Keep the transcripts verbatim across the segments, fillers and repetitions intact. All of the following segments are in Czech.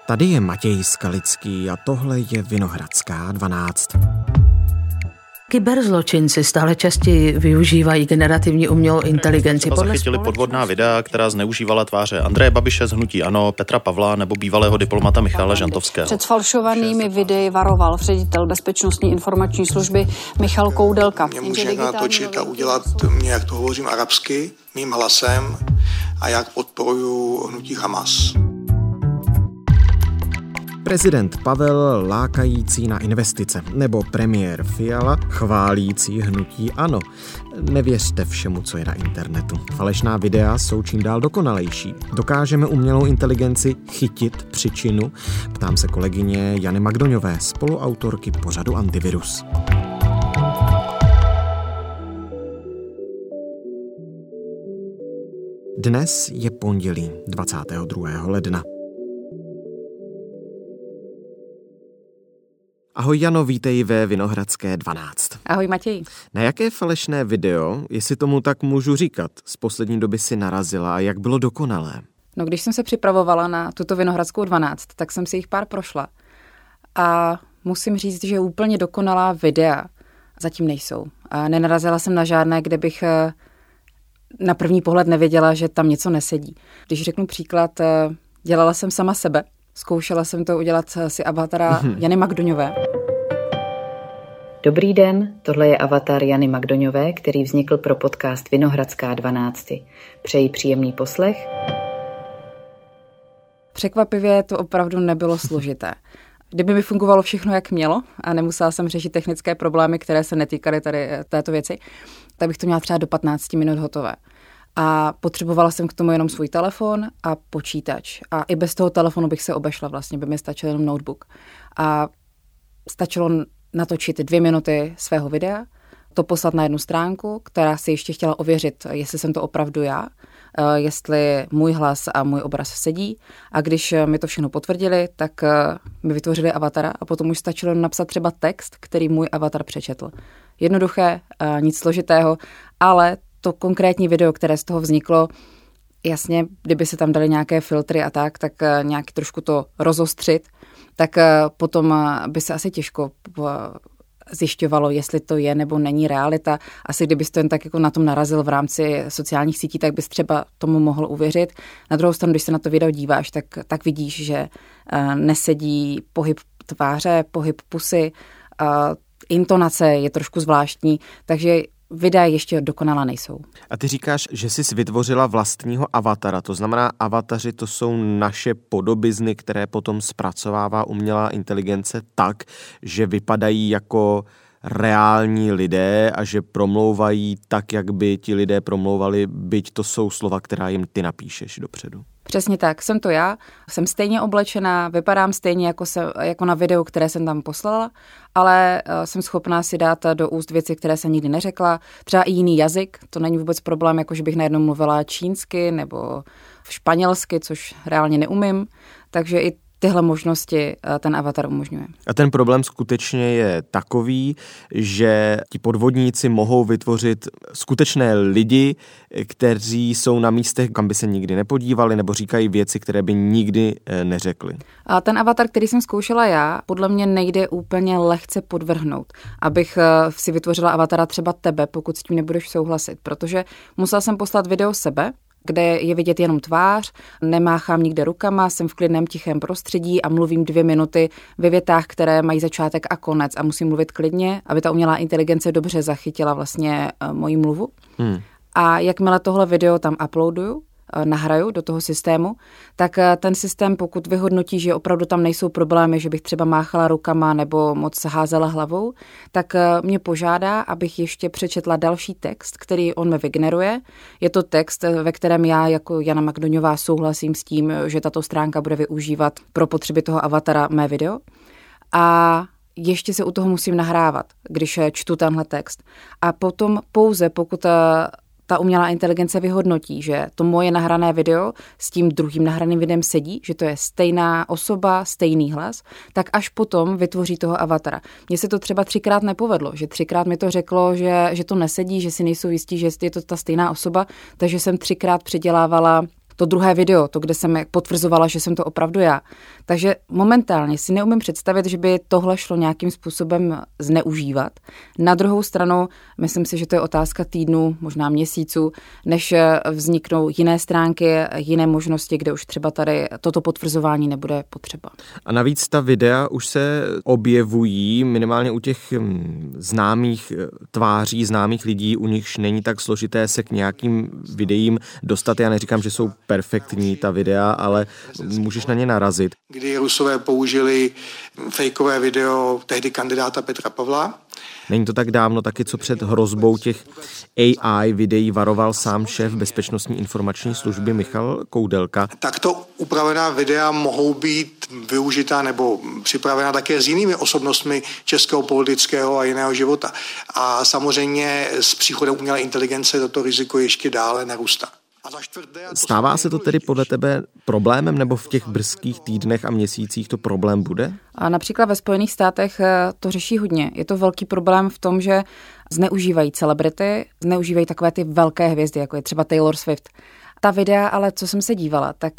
Tady je Matěj Skalický a tohle je Vinohradská dvanáct. Kyberzločinci stále častěji využívají generativní umělou inteligenci. Podle zachytili podvodná videa, která zneužívala tváře Andreje Babiše z hnutí ANO, Petra Pavla nebo bývalého diplomata Michala Žantovského. Před falšovanými videi varoval ředitel Bezpečnostní informační služby Michal Koudelka. Mě může natočit a udělat mě, jak to hovořím arabsky, mým hlasem a jak podporuju hnutí Hamas. Prezident Pavel lákající na investice nebo premiér Fiala chválící hnutí ANO. Nevěřte všemu, co je na internetu. Falešná videa jsou čím dál dokonalejší. Dokážeme umělou inteligenci chytit příčinu? Ptám se kolegyně Jany Magdoňové, spoluautorky pořadu Antivirus. Dnes je pondělí dvacátého druhého ledna. Ahoj Jano, vítej ve Vinohradské dvanáct. Ahoj Matěj. Na jaké falešné video, jestli tomu tak můžu říkat, z poslední doby si narazila a jak bylo dokonalé? No, když jsem se připravovala na tuto Vinohradskou dvanáct, tak jsem si jich pár prošla. A musím říct, že úplně dokonalá videa zatím nejsou. A nenarazila jsem na žádné, kde bych na první pohled nevěděla, že tam něco nesedí. Když řeknu příklad, dělala jsem sama sebe. Zkoušela jsem to udělat si avatara Jany Magdoňové. Dobrý den, tohle je avatar Jany Magdoňové, který vznikl pro podcast Vinohradská dvanáct. Přeji příjemný poslech. Překvapivě to opravdu nebylo složité. Kdyby mi fungovalo všechno, jak mělo, a nemusela jsem řešit technické problémy, které se netýkaly tady této věci, tak bych to měla třeba do patnáct minut hotové. A potřebovala jsem k tomu jenom svůj telefon a počítač. A i bez toho telefonu bych se obešla, vlastně by mi stačil jenom notebook. A stačilo natočit dvě minuty svého videa, to poslat na jednu stránku, která si ještě chtěla ověřit, jestli jsem to opravdu já, jestli můj hlas a můj obraz sedí. A když mi to všechno potvrdili, tak mi vytvořili avatara a potom už stačilo napsat třeba text, který můj avatar přečetl. Jednoduché, nic složitého, ale to konkrétní video, které z toho vzniklo, jasně, kdyby se tam dali nějaké filtry a tak, tak nějak trošku to rozostřit, tak potom by se asi těžko zjišťovalo, jestli to je nebo není realita. Asi kdybys to jen tak jako na tom narazil v rámci sociálních sítí, tak bys třeba tomu mohl uvěřit. Na druhou stranu, když se na to video díváš, tak, tak vidíš, že nesedí pohyb tváře, pohyb pusy, intonace je trošku zvláštní, takže videa ještě dokonalá nejsou. A ty říkáš, že jsi vytvořila vlastního avatara, to znamená avataři to jsou naše podobizny, které potom zpracovává umělá inteligence tak, že vypadají jako reální lidé a že promlouvají tak, jak by ti lidé promlouvali, byť to jsou slova, která jim ty napíšeš dopředu. Přesně tak, jsem to já, jsem stejně oblečená, vypadám stejně jako, se, jako na videu, které jsem tam poslala, ale uh, jsem schopná si dát do úst věci, které jsem nikdy neřekla, třeba i jiný jazyk, to není vůbec problém, jako že bych najednou mluvila čínsky nebo španělsky, což reálně neumím, takže i tyhle možnosti ten avatar umožňuje. A ten problém skutečně je takový, že ti podvodníci mohou vytvořit skutečné lidi, kteří jsou na místech, kam by se nikdy nepodívali, nebo říkají věci, které by nikdy neřekli. A ten avatar, který jsem zkoušela já, podle mě nejde úplně lehce podvrhnout, abych si vytvořila avatara třeba tebe, pokud s tím nebudeš souhlasit, protože musela jsem poslat video sebe, kde je vidět jenom tvář, nemáchám nikde rukama, jsem v klidném tichém prostředí a mluvím dvě minuty ve větách, které mají začátek a konec a musím mluvit klidně, aby ta umělá inteligence dobře zachytila vlastně moji mluvu. Hmm. A jakmile tohle video tam uploaduju, nahraju do toho systému, tak ten systém, pokud vyhodnotí, že opravdu tam nejsou problémy, že bych třeba máchala rukama nebo moc házela hlavou, tak mě požádá, abych ještě přečetla další text, který on mi vygeneruje. Je to text, ve kterém já jako Jana Magdoňová souhlasím s tím, že tato stránka bude využívat pro potřeby toho avatara mé video. A ještě se u toho musím nahrávat, když čtu tenhle text. A potom pouze, pokud ta umělá inteligence vyhodnotí, že to moje nahrané video s tím druhým nahraným videem sedí, že to je stejná osoba, stejný hlas, tak až potom vytvoří toho avatara. Mně se to třeba třikrát nepovedlo, že třikrát mi to řeklo, že, že to nesedí, že si nejsou jistí, že je to ta stejná osoba, takže jsem třikrát předělávala to druhé video, to, kde jsem potvrzovala, že jsem to opravdu já. Takže momentálně si neumím představit, že by tohle šlo nějakým způsobem zneužívat. Na druhou stranu, myslím si, že to je otázka týdnů, možná měsíců, než vzniknou jiné stránky, jiné možnosti, kde už třeba tady toto potvrzování nebude potřeba. A navíc ta videa už se objevují minimálně u těch známých tváří, známých lidí, u nichž není tak složité se k nějakým videím dostat. Já neříkám, že jsou perfektní ta videa, ale můžeš na ně narazit. Kdy Rusové použili fejkové video tehdy kandidáta Petra Pavla. Není to tak dávno taky, co před hrozbou těch A I videí varoval sám šéf Bezpečnostní informační služby Michal Koudelka. Takto upravená videa mohou být využita nebo připravena také s jinými osobnostmi českého politického a jiného života. A samozřejmě s příchodem umělé inteligence toto riziko ještě dále narůstá. Stává se to tedy podle tebe problémem, nebo v těch brzkých týdnech a měsících to problém bude? A například ve Spojených státech to řeší hodně. Je to velký problém v tom, že zneužívají celebrity, zneužívají takové ty velké hvězdy, jako je třeba Taylor Swift. Ta videa, ale co jsem se dívala, tak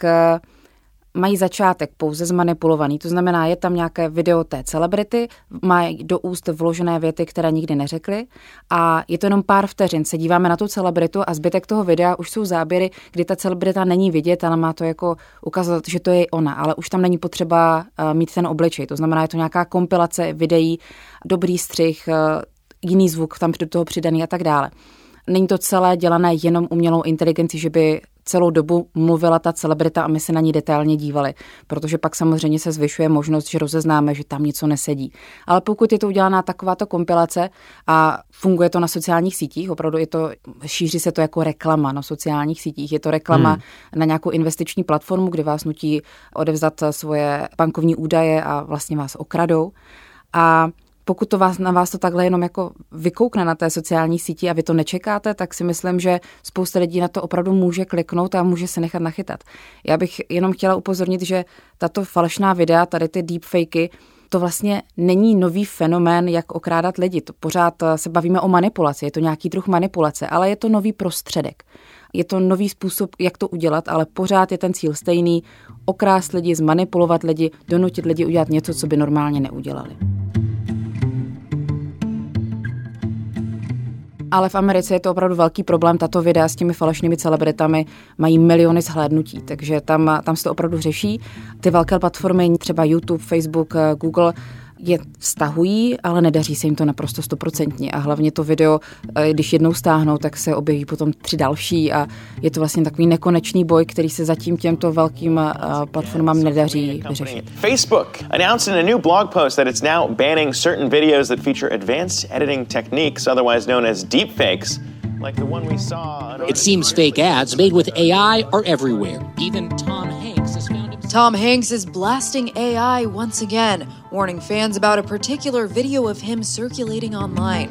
mají začátek pouze zmanipulovaný, to znamená, je tam nějaké video té celebrity, mají do úst vložené věty, které nikdy neřekli a je to jenom pár vteřin, se díváme na tu celebritu a zbytek toho videa už jsou záběry, kdy ta celebrita není vidět, ale má to jako ukazovat, že to je ona, ale už tam není potřeba mít ten obličej, to znamená, je to nějaká kompilace videí, dobrý střih, jiný zvuk tam do toho přidaný a tak dále. Není to celé dělané jenom umělou inteligencí, že by celou dobu mluvila ta celebrita a my se na ní detailně dívali, protože pak samozřejmě se zvyšuje možnost, že rozeznáme, že tam něco nesedí. Ale pokud je to udělaná takováto kompilace a funguje to na sociálních sítích, opravdu je to, šíří se to jako reklama na sociálních sítích, je to reklama hmm. na nějakou investiční platformu, kde vás nutí odevzdat svoje bankovní údaje a vlastně vás okradou. A pokud to vás, na vás to takhle jenom jako vykoukne na té sociální síti a vy to nečekáte, tak si myslím, že spousta lidí na to opravdu může kliknout a může se nechat nachytat. Já bych jenom chtěla upozornit, že tato falešná videa, tady ty deepfakey, to vlastně není nový fenomén, jak okrádat lidi. To pořád se bavíme o manipulaci, je to nějaký druh manipulace, ale je to nový prostředek. Je to nový způsob, jak to udělat, ale pořád je ten cíl stejný, okrást lidi, zmanipulovat lidi, donutit lidi udělat něco, co by normálně neudělali. Ale v Americe je to opravdu velký problém. Tato videa s těmi falešnými celebritami mají miliony zhlédnutí, takže tam, tam se to opravdu řeší. Ty velké platformy, třeba YouTube, Facebook, Google, je stahují, ale nedaří se jim to naprosto stoprocentně. A hlavně to video, když jednou stáhnou, tak se objeví potom tři další a je to vlastně takový nekonečný boj, který se zatím těmto velkým platformám nedaří vyřešit. Facebook announced in a new blog post that it's now banning certain videos that feature advanced editing techniques, otherwise known as deepfakes. Like the one we saw. It seems fake ads made with A I are everywhere. Even Tom Hanks has found himself. Tom Hanks is blasting A I once again, warning fans about a particular video of him circulating online.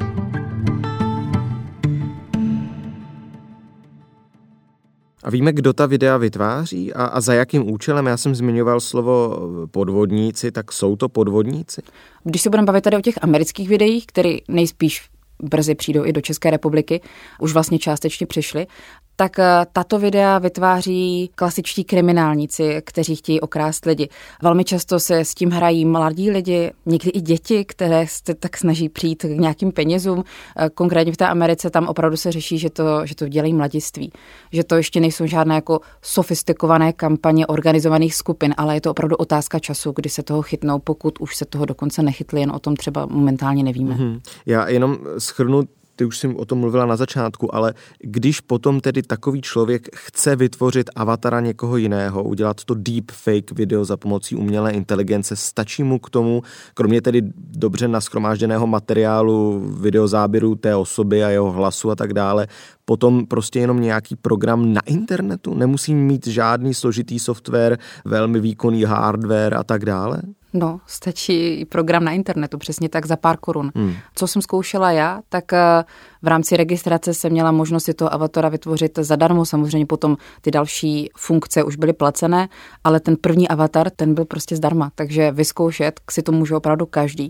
A víme, kdo ta videa vytváří a, a za jakým účelem? Já jsem zmiňoval slovo podvodníci, tak jsou to podvodníci? Když se budeme bavit tady o těch amerických videích, které nejspíš brzy přijdou i do České republiky, už vlastně částečně přišly, tak tato videa vytváří klasičtí kriminálníci, kteří chtějí okrást lidi. Velmi často se s tím hrají mladí lidi, někdy i děti, které se tak snaží přijít k nějakým penězům. Konkrétně v té Americe tam opravdu se řeší, že to, že to dělají mladiství. Že to ještě nejsou žádné jako sofistikované kampaně organizovaných skupin, ale je to opravdu otázka času, kdy se toho chytnou, pokud už se toho dokonce nechytli, jen o tom třeba momentálně nevíme. Mm-hmm. Já jenom shrnu, ty už jsi o tom mluvila na začátku, ale když potom tedy takový člověk chce vytvořit avatara někoho jiného, udělat to deepfake video za pomocí umělé inteligence, stačí mu k tomu, kromě tedy dobře nashromážděného materiálu, videozáběru té osoby a jeho hlasu a tak dále, potom prostě jenom nějaký program na internetu? Nemusí mít žádný složitý software, velmi výkonný hardware a tak dále? No, stačí program na internetu, přesně tak za pár korun. Hmm. Co jsem zkoušela já, tak v rámci registrace jsem měla možnost si toho avatara vytvořit zadarmo, samozřejmě potom ty další funkce už byly placené, ale ten první avatar, ten byl prostě zdarma, takže vyzkoušet si to může opravdu každý.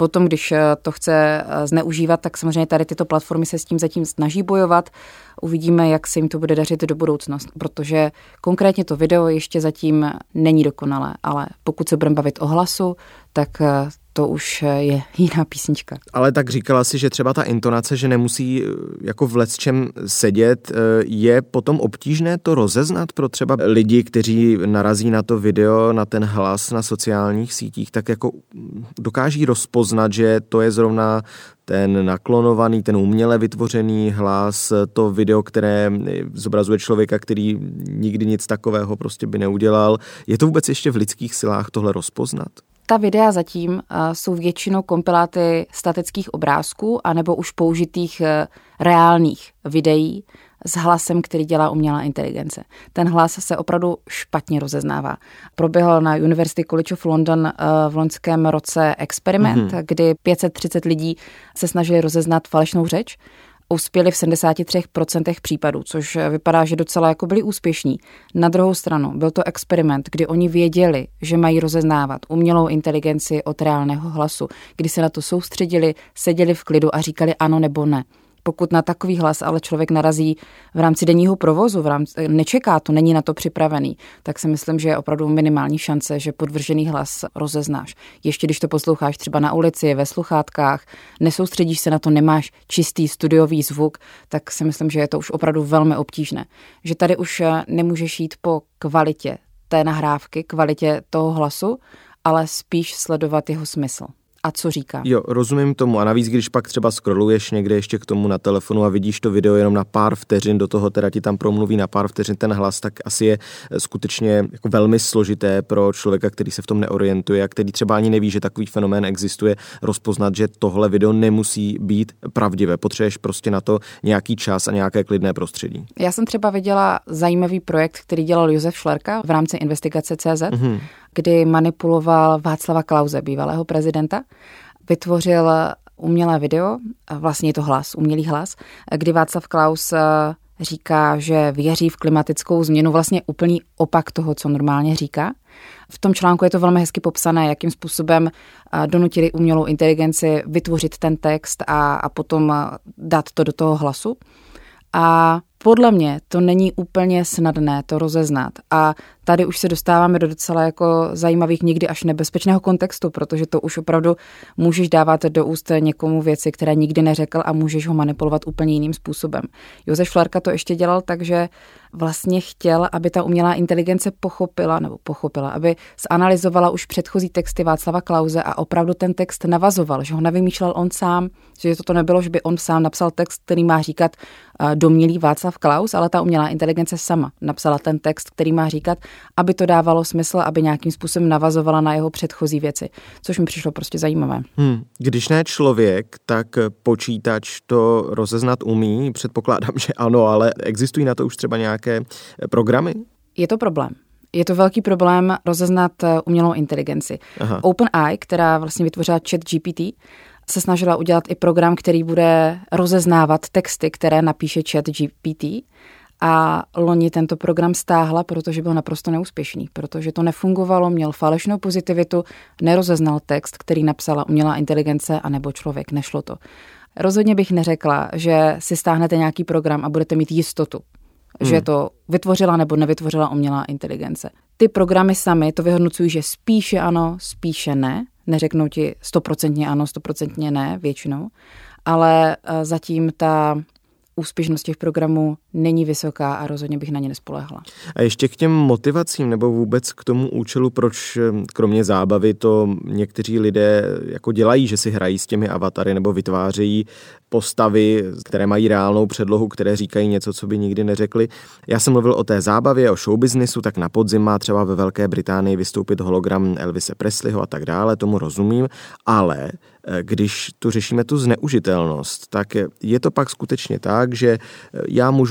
Potom, když to chce zneužívat, tak samozřejmě tady tyto platformy se s tím zatím snaží bojovat. Uvidíme, jak se jim to bude dařit do budoucnosti, protože konkrétně to video ještě zatím není dokonalé, ale pokud se budeme bavit o hlasu, tak to už je jiná písnička. Ale tak říkala si, že třeba ta intonace, že nemusí jako v lecčem sedět, je potom obtížné to rozeznat pro třeba lidi, kteří narazí na to video, na ten hlas na sociálních sítích, tak jako dokáží rozpoznat, že to je zrovna ten naklonovaný, ten uměle vytvořený hlas, to video, které zobrazuje člověka, který nikdy nic takového prostě by neudělal. Je to vůbec ještě v lidských silách tohle rozpoznat? Ta videa zatím uh, jsou většinou kompiláty statických obrázků anebo už použitých uh, reálných videí s hlasem, který dělá umělá inteligence. Ten hlas se opravdu špatně rozeznává. Proběhl na University College of London uh, v loňském roce experiment, mm-hmm. kdy pět set třicet lidí se snažili rozeznat falešnou řeč. Uspěli v sedmdesát tři procent případů, což vypadá, že docela jako byli úspěšní. Na druhou stranu byl to experiment, kdy oni věděli, že mají rozeznávat umělou inteligenci od reálného hlasu, kdy se na to soustředili, seděli v klidu a říkali ano nebo ne. Pokud na takový hlas ale člověk narazí v rámci denního provozu, v rámci, nečeká to, není na to připravený, tak si myslím, že je opravdu minimální šance, že podvržený hlas rozeznáš. Ještě když to posloucháš třeba na ulici, ve sluchátkách, nesoustředíš se na to, nemáš čistý studiový zvuk, tak si myslím, že je to už opravdu velmi obtížné. Že tady už nemůžeš jít po kvalitě té nahrávky, kvalitě toho hlasu, ale spíš sledovat jeho smysl. A co říká? Jo, rozumím tomu. A navíc, když pak třeba scrolluješ někde ještě k tomu na telefonu a vidíš to video jenom na pár vteřin, do toho teda ti tam promluví na pár vteřin ten hlas, tak asi je skutečně jako velmi složité pro člověka, který se v tom neorientuje a který třeba ani neví, že takový fenomén existuje, rozpoznat, že tohle video nemusí být pravdivé. Potřebuješ prostě na to nějaký čas a nějaké klidné prostředí. Já jsem třeba viděla zajímavý projekt, který dělal Josef Šlerka v rámci investigace tečka cé zet, mm-hmm. kdy manipuloval Václava Klause, bývalého prezidenta. Vytvořil umělé video, vlastně je to hlas, umělý hlas, kdy Václav Klaus říká, že věří v klimatickou změnu, vlastně úplný opak toho, co normálně říká. V tom článku je to velmi hezky popsané, jakým způsobem donutili umělou inteligenci vytvořit ten text a, a potom dát to do toho hlasu. A podle mě to není úplně snadné to rozeznat a tady už se dostáváme do docela jako zajímavých, někdy až nebezpečného kontextu, protože to už opravdu můžeš dávat do úst někomu věci, které nikdy neřekl a můžeš ho manipulovat úplně jiným způsobem. Josef Šlerka to ještě dělal tak, že vlastně chtěl, aby ta umělá inteligence pochopila, nebo pochopila, aby zanalyzovala už předchozí texty Václava Klause a opravdu ten text navazoval, že ho nevymýšlel on sám, že to nebylo, že by on sám napsal text, který má říkat domnělý Václav Klaus, ale ta umělá inteligence sama napsala ten text, který má říkat, aby to dávalo smysl, aby nějakým způsobem navazovala na jeho předchozí věci, což mi přišlo prostě zajímavé. Hmm. Když ne člověk, tak počítač to rozeznat umí, předpokládám, že ano, ale existují na to už třeba nějaké programy? Je to problém. Je to velký problém rozeznat umělou inteligenci. Aha. OpenAI, která vlastně vytvořila ChatGPT, se snažila udělat i program, který bude rozeznávat texty, které napíše ChatGPT. A loni tento program stáhla, protože byl naprosto neúspěšný, protože to nefungovalo, měl falešnou pozitivitu, nerozeznal text, který napsala umělá inteligence anebo člověk, nešlo to. Rozhodně bych neřekla, že si stáhnete nějaký program a budete mít jistotu, hmm. že to vytvořila nebo nevytvořila umělá inteligence. Ty programy samy to vyhodnocují, že spíše ano, spíše ne. Neřeknou ti stoprocentně ano, stoprocentně ne, většinou. Ale zatím ta úspěšnost těch programů není vysoká a rozhodně bych na ně nespoléhla. A ještě k těm motivacím nebo vůbec k tomu účelu, proč kromě zábavy to někteří lidé jako dělají, že si hrají s těmi avatary nebo vytvářejí postavy, které mají reálnou předlohu, které říkají něco, co by nikdy neřekli. Já jsem mluvil o té zábavě, o showbiznisu, tak na podzim má třeba ve Velké Británii vystoupit hologram Elvise Presleyho a tak dále, tomu rozumím, ale když tu řešíme tu zneužitelnost, tak je to pak skutečně tak, že já můžu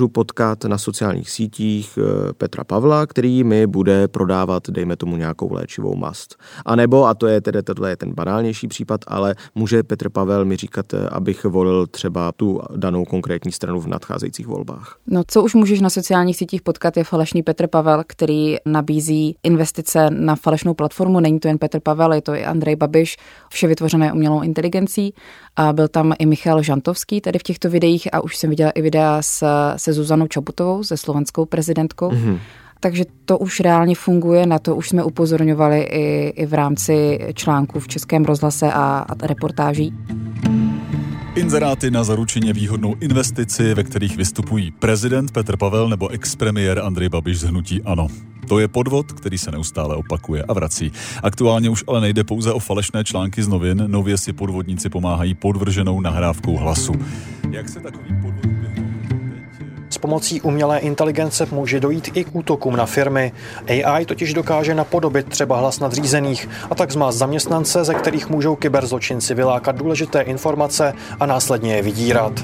potkat na sociálních sítích Petra Pavla, který mi bude prodávat, dejme tomu, nějakou léčivou mast. A nebo, a to je tedy, tohle je ten banálnější případ, ale může Petr Pavel mi říkat, abych volil třeba tu danou konkrétní stranu v nadcházejících volbách. No, co už můžeš na sociálních sítích potkat, je falešný Petr Pavel, který nabízí investice na falešnou platformu. Není to jen Petr Pavel, je to i Andrej Babiš, vše vytvořené umělou inteligencí. A byl tam i Michal Žantovský tady v těchto videích a už jsem viděla i videa s, se Zuzanou Čaputovou, se slovenskou prezidentkou. Mm-hmm. Takže to už reálně funguje, na to už jsme upozorňovali i, i v rámci článků v Českém rozhlase a, a reportáží. Inzeráty na zaručeně výhodnou investici, ve kterých vystupují prezident Petr Pavel nebo expremiér Andrej Babiš z hnutí ANO. To je podvod, který se neustále opakuje a vrací. Aktuálně už ale nejde pouze o falešné články z novin, nově si podvodníci pomáhají podvrženou nahrávkou hlasu. Jak se takový podvod S pomocí umělé inteligence může dojít i k útokům na firmy. A I totiž dokáže napodobit třeba hlas nadřízených a tak zmást zaměstnance, ze kterých můžou kyberzločinci vylákat důležité informace a následně je vydírat.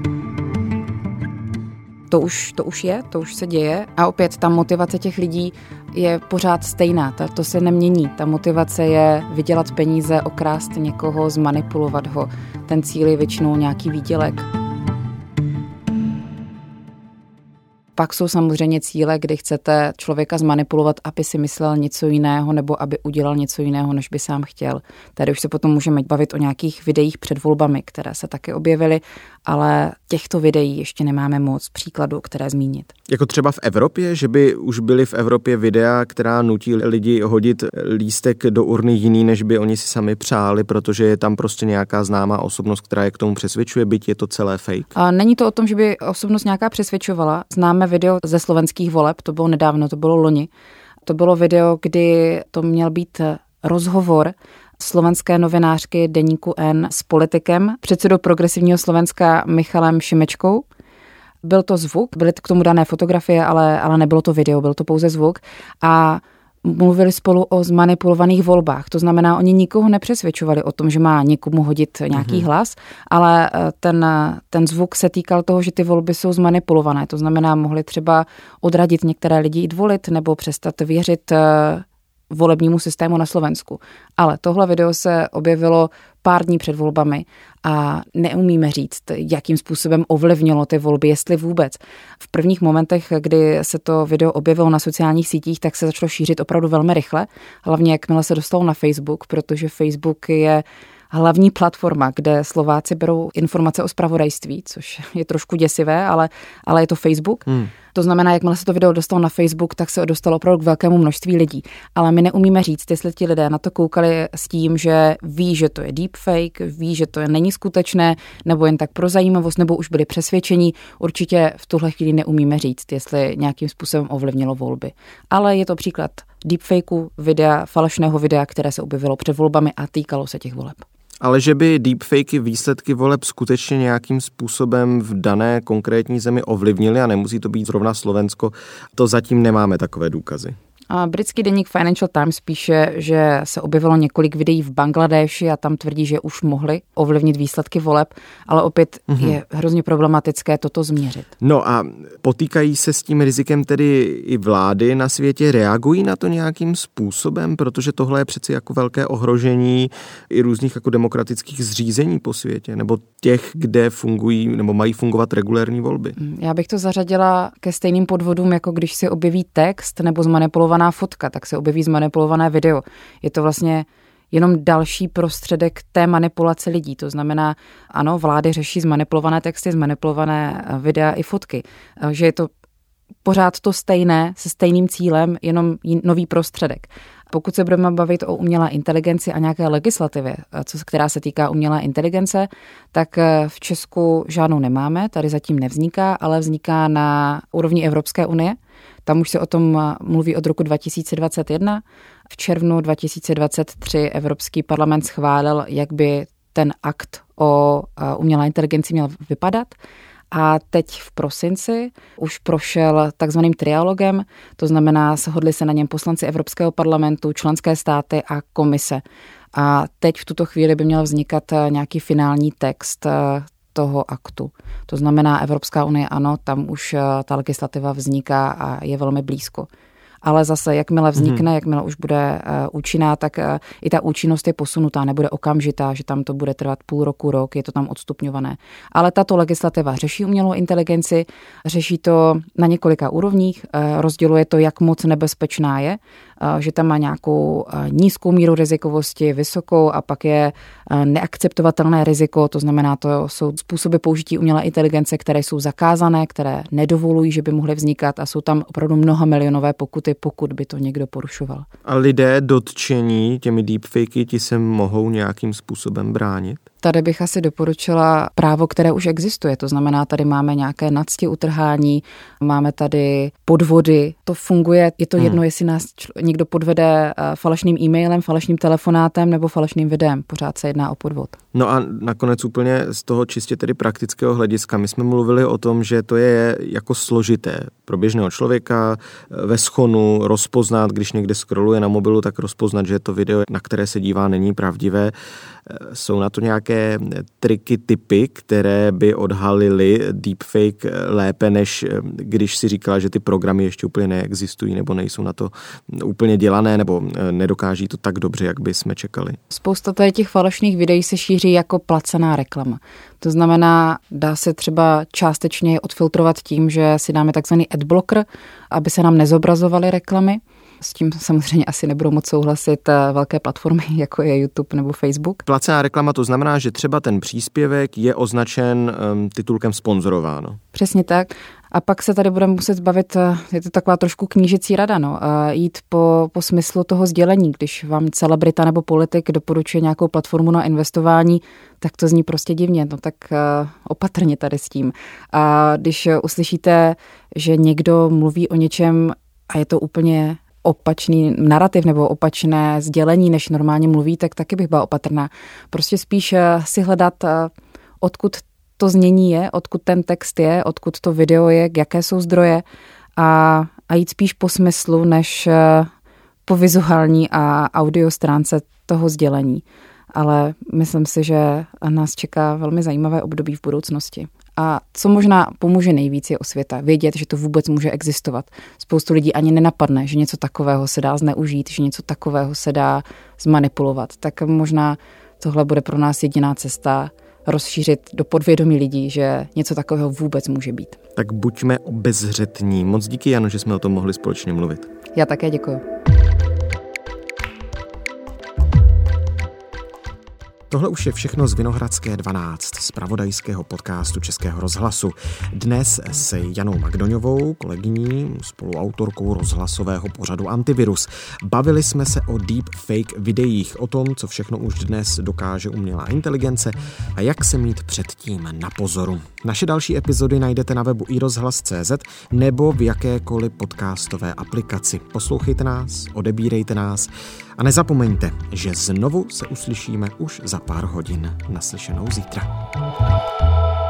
To už, to už je, to už se děje a opět ta motivace těch lidí je pořád stejná, ta, to se nemění. Ta motivace je vydělat peníze, okrást někoho, zmanipulovat ho. Ten cíl je většinou nějaký výdělek. Pak jsou samozřejmě cíle, kdy chcete člověka zmanipulovat, aby si myslel něco jiného nebo aby udělal něco jiného, než by sám chtěl. Tady už se potom můžeme bavit o nějakých videích před volbami, které se taky objevily, ale těchto videí ještě nemáme moc příkladů, které zmínit. Jako třeba v Evropě, že by už byly v Evropě videa, která nutí lidi hodit lístek do urny jiný, než by oni si sami přáli, protože je tam prostě nějaká známá osobnost, která je k tomu přesvědčuje, byť je to celé fake. A není to o tom, že by osobnost nějaká přesvědčovala. Známe video ze slovenských voleb, to bylo nedávno, to bylo loni. To bylo video, kdy to měl být rozhovor slovenské novinářky deníku N s politikem, předsedou Progresivního Slovenska Michalem Šimečkou. Byl to zvuk, byly k tomu dané fotografie, ale, ale nebylo to video, byl to pouze zvuk a mluvili spolu o zmanipulovaných volbách. To znamená, oni nikoho nepřesvědčovali o tom, že má někomu hodit nějaký mm-hmm. hlas, ale ten, ten zvuk se týkal toho, že ty volby jsou zmanipulované. To znamená, mohli třeba odradit některé lidi jít volit nebo přestat věřit volebnímu systému na Slovensku. Ale tohle video se objevilo pár dní před volbami a neumíme říct, jakým způsobem ovlivnilo ty volby, jestli vůbec. V prvních momentech, kdy se to video objevilo na sociálních sítích, tak se začalo šířit opravdu velmi rychle, hlavně jakmile se dostalo na Facebook, protože Facebook je hlavní platforma, kde Slováci berou informace o zpravodajství, což je trošku děsivé, ale, ale je to Facebook. Hmm. To znamená, jakmile se to video dostalo na Facebook, tak se dostalo opravdu k velkému množství lidí. Ale my neumíme říct, jestli ti lidé na to koukali s tím, že ví, že to je deepfake, ví, že to je není skutečné, nebo jen tak pro zajímavost, nebo už byli přesvědčení. Určitě v tuhle chvíli neumíme říct, jestli nějakým způsobem ovlivnilo volby. Ale je to příklad deepfakeu, videa, falešného videa, které se objevilo před volbami a týkalo se těch voleb. Ale že by deepfakey výsledky voleb skutečně nějakým způsobem v dané konkrétní zemi ovlivnily a nemusí to být zrovna Slovensko, to zatím nemáme takové důkazy. A britský deník Financial Times píše, že se objevilo několik videí v Bangladeši a tam tvrdí, že už mohli ovlivnit výsledky voleb, ale opět mm-hmm. je hrozně problematické toto změřit. No a potýkají se s tím rizikem tedy i vlády na světě, reagují na to nějakým způsobem, protože tohle je přeci jako velké ohrožení i různých jako demokratických zřízení po světě, nebo těch, kde fungují nebo mají fungovat regulérní volby. Já bych to zařadila ke stejným podvodům, jako když se objeví text nebo zmanipulovaná fotka, tak se objeví zmanipulované video. Je to vlastně jenom další prostředek té manipulace lidí. To znamená, ano, vlády řeší zmanipulované texty, zmanipulované videa i fotky. Že je to pořád to stejné, se stejným cílem, jenom nový prostředek. Pokud se budeme bavit o umělé inteligenci a nějaké legislativě, co, která se týká umělé inteligence, tak v Česku žádnou nemáme, tady zatím nevzniká, ale vzniká na úrovni Evropské unie. Tam už se o tom mluví od roku dva tisíce dvacet jedna. V červnu dva tisíce dvacet tři Evropský parlament schválil, jak by ten akt o umělé inteligenci měl vypadat. A teď v prosinci už prošel takzvaným trialogem, to znamená, shodli se na něm poslanci Evropského parlamentu, členské státy a komise. A teď v tuto chvíli by měl vznikat nějaký finální text toho aktu. To znamená Evropská unie, ano, tam už ta legislativa vzniká a je velmi blízko. Ale zase, jakmile vznikne, hmm. jakmile už bude uh, účinná, tak uh, i ta účinnost je posunutá, nebude okamžitá, že tam to bude trvat půl roku, rok, je to tam odstupňované. Ale tato legislativa řeší umělou inteligenci, řeší to na několika úrovních, uh, rozděluje to, jak moc nebezpečná je, uh, že tam má nějakou uh, nízkou míru rizikovosti, vysokou a pak je uh, neakceptovatelné riziko, to znamená, to jsou způsoby použití umělé inteligence, které jsou zakázané, které nedovolují, že by mohly vznikat a jsou tam opravdu mnohamilionové pokuty, pokud by to někdo porušoval. A lidé dotčení těmi deepfakey, ti se mohou nějakým způsobem bránit? Tady bych asi doporučila právo, které už existuje. To znamená, tady máme nějaké nadsti utrhání, máme tady podvody. To funguje, je to jedno, hmm. jestli nás někdo podvede falešným e-mailem, falešným telefonátem nebo falešným videem. Pořád se jedná o podvod. No a nakonec úplně z toho čistě tedy praktického hlediska. My jsme mluvili o tom, že to je jako složité pro běžného člověka ve schonu rozpoznat, když někde scrolluje na mobilu, tak rozpoznat, že to video, na které se dívá, není pravdivé. Jsou na to nějaké triky, typy, které by odhalily deepfake lépe, než když si říkala, že ty programy ještě úplně neexistují nebo nejsou na to úplně dělané nebo nedokáží to tak dobře, jak by jsme čekali? Spousta tady těch falešných videí se šíří jako placená reklama. To znamená, dá se třeba částečně odfiltrovat tím, že si dáme takzvaný adblocker, aby se nám nezobrazovaly reklamy. S tím samozřejmě asi nebudou moc souhlasit velké platformy, jako je YouTube nebo Facebook. Placená reklama, to znamená, že třeba ten příspěvek je označen um, titulkem sponzorováno. Přesně tak. A pak se tady budeme muset bavit, je to taková trošku knížecí rada, no, jít po, po smyslu toho sdělení. Když vám celebrita nebo politik doporučuje nějakou platformu na investování, tak to zní prostě divně, no tak opatrně tady s tím. A když uslyšíte, že někdo mluví o něčem a je to úplně opačný narrativ nebo opačné sdělení, než normálně mluví, tak taky bych byla opatrná. Prostě spíš si hledat, odkud to znění je, odkud ten text je, odkud to video je, jaké jsou zdroje a, a jít spíš po smyslu, než po vizuální a audio stránce toho sdělení. Ale myslím si, že nás čeká velmi zajímavé období v budoucnosti. A co možná pomůže nejvíc je osvěta. Vědět, že to vůbec může existovat. Spoustu lidí ani nenapadne, že něco takového se dá zneužít, že něco takového se dá zmanipulovat. Tak možná tohle bude pro nás jediná cesta rozšířit do podvědomí lidí, že něco takového vůbec může být. Tak buďme obezřetní. Moc díky, Jano, že jsme o tom mohli společně mluvit. Já také děkuji. Tohle už je všechno z Vinohradské dvanáct, z zpravodajského podcastu Českého rozhlasu. Dnes se Janou Magdoňovou, kolegyní, spoluautorkou rozhlasového pořadu Antivirus. Bavili jsme se o deepfake videích, o tom, co všechno už dnes dokáže umělá inteligence a jak se mít předtím na pozoru. Naše další epizody najdete na webu i rozhlas tečka cé zet nebo v jakékoliv podcastové aplikaci. Poslouchejte nás, odebírejte nás a nezapomeňte, že znovu se uslyšíme už za pár hodin. Naslyšenou zítra.